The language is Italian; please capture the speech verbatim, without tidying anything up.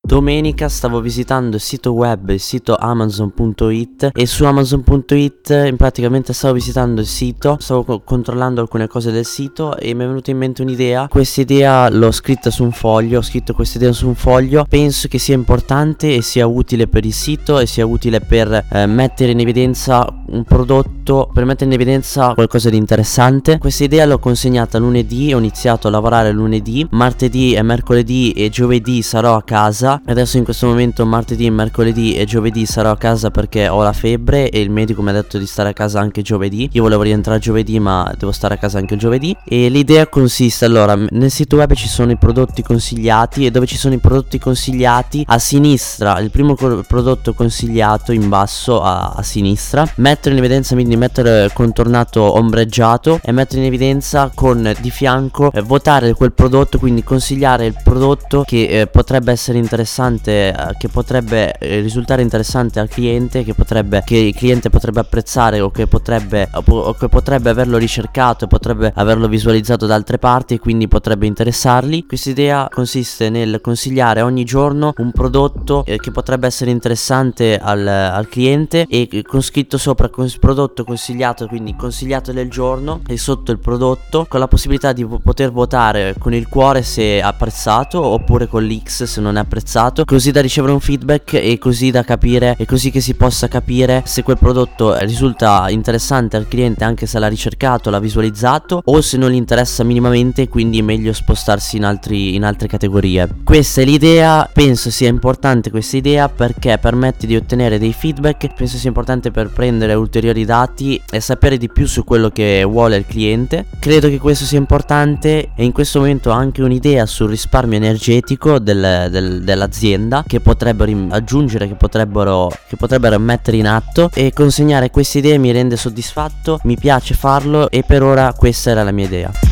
domenica stavo visitando il sito web, il sito amazon punto it, e su amazon punto it in praticamente stavo visitando il sito, stavo co- controllando alcune cose del sito e mi è venuta in mente un'idea. Questa idea l'ho scritta su un foglio, ho scritto questa idea su un foglio. Penso che sia importante e sia utile per il sito e sia utile per eh, mettere in evidenza un prodotto, per mettere in evidenza qualcosa di interessante. Questa idea l'ho consegnata lunedì, ho iniziato a lavorare lunedì, martedì e mercoledì e giovedì sarò a casa. Adesso in questo momento martedì, mercoledì e giovedì sarò a casa perché ho la febbre e il medico mi ha detto di stare a casa anche giovedì. Io volevo rientrare giovedì ma devo stare a casa anche il giovedì. E l'idea consiste, allora, nel sito web ci sono i prodotti consigliati, e dove ci sono i prodotti consigliati a sinistra, il primo co- prodotto consigliato in basso a, a sinistra, mettere in evidenza, quindi mettere contornato ombreggiato e mettere in evidenza con di fianco eh, votare quel prodotto, quindi consigliare il prodotto che eh, potrebbe essere interessante, eh, che potrebbe eh, risultare interessante al cliente, che potrebbe che il cliente potrebbe apprezzare o che potrebbe o, po- o che potrebbe averlo ricercato e potrebbe averlo visualizzato da altre parti e quindi potrebbe interessarli. Questa idea consiste nel consigliare ogni giorno un prodotto eh, che potrebbe essere interessante al, al cliente, e con scritto sopra con prodotto consigliato, quindi consigliato del giorno, e sotto il prodotto con la possibilità di po- poter votare con il cuore se è apprezzato oppure con l'X se non è apprezzato, così da ricevere un feedback e così da capire e così che si possa capire se quel prodotto risulta interessante al cliente anche se l'ha ricercato, l'ha visualizzato, o se non gli interessa minimamente, quindi è meglio spostarsi in altri in altre categorie. Questa è l'idea, penso sia importante questa idea perché permette di ottenere dei feedback, penso sia importante per prendere ulteriori dati e sapere di più su quello che vuole il cliente. Credo che questo sia importante, e in questo momento ho anche un'idea sul risparmio energetico del, del, dell'azienda che potrebbero aggiungere, che potrebbero, che potrebbero mettere in atto, e consegnare queste idee mi rende soddisfatto, mi piace farlo e per ora questa era la mia idea.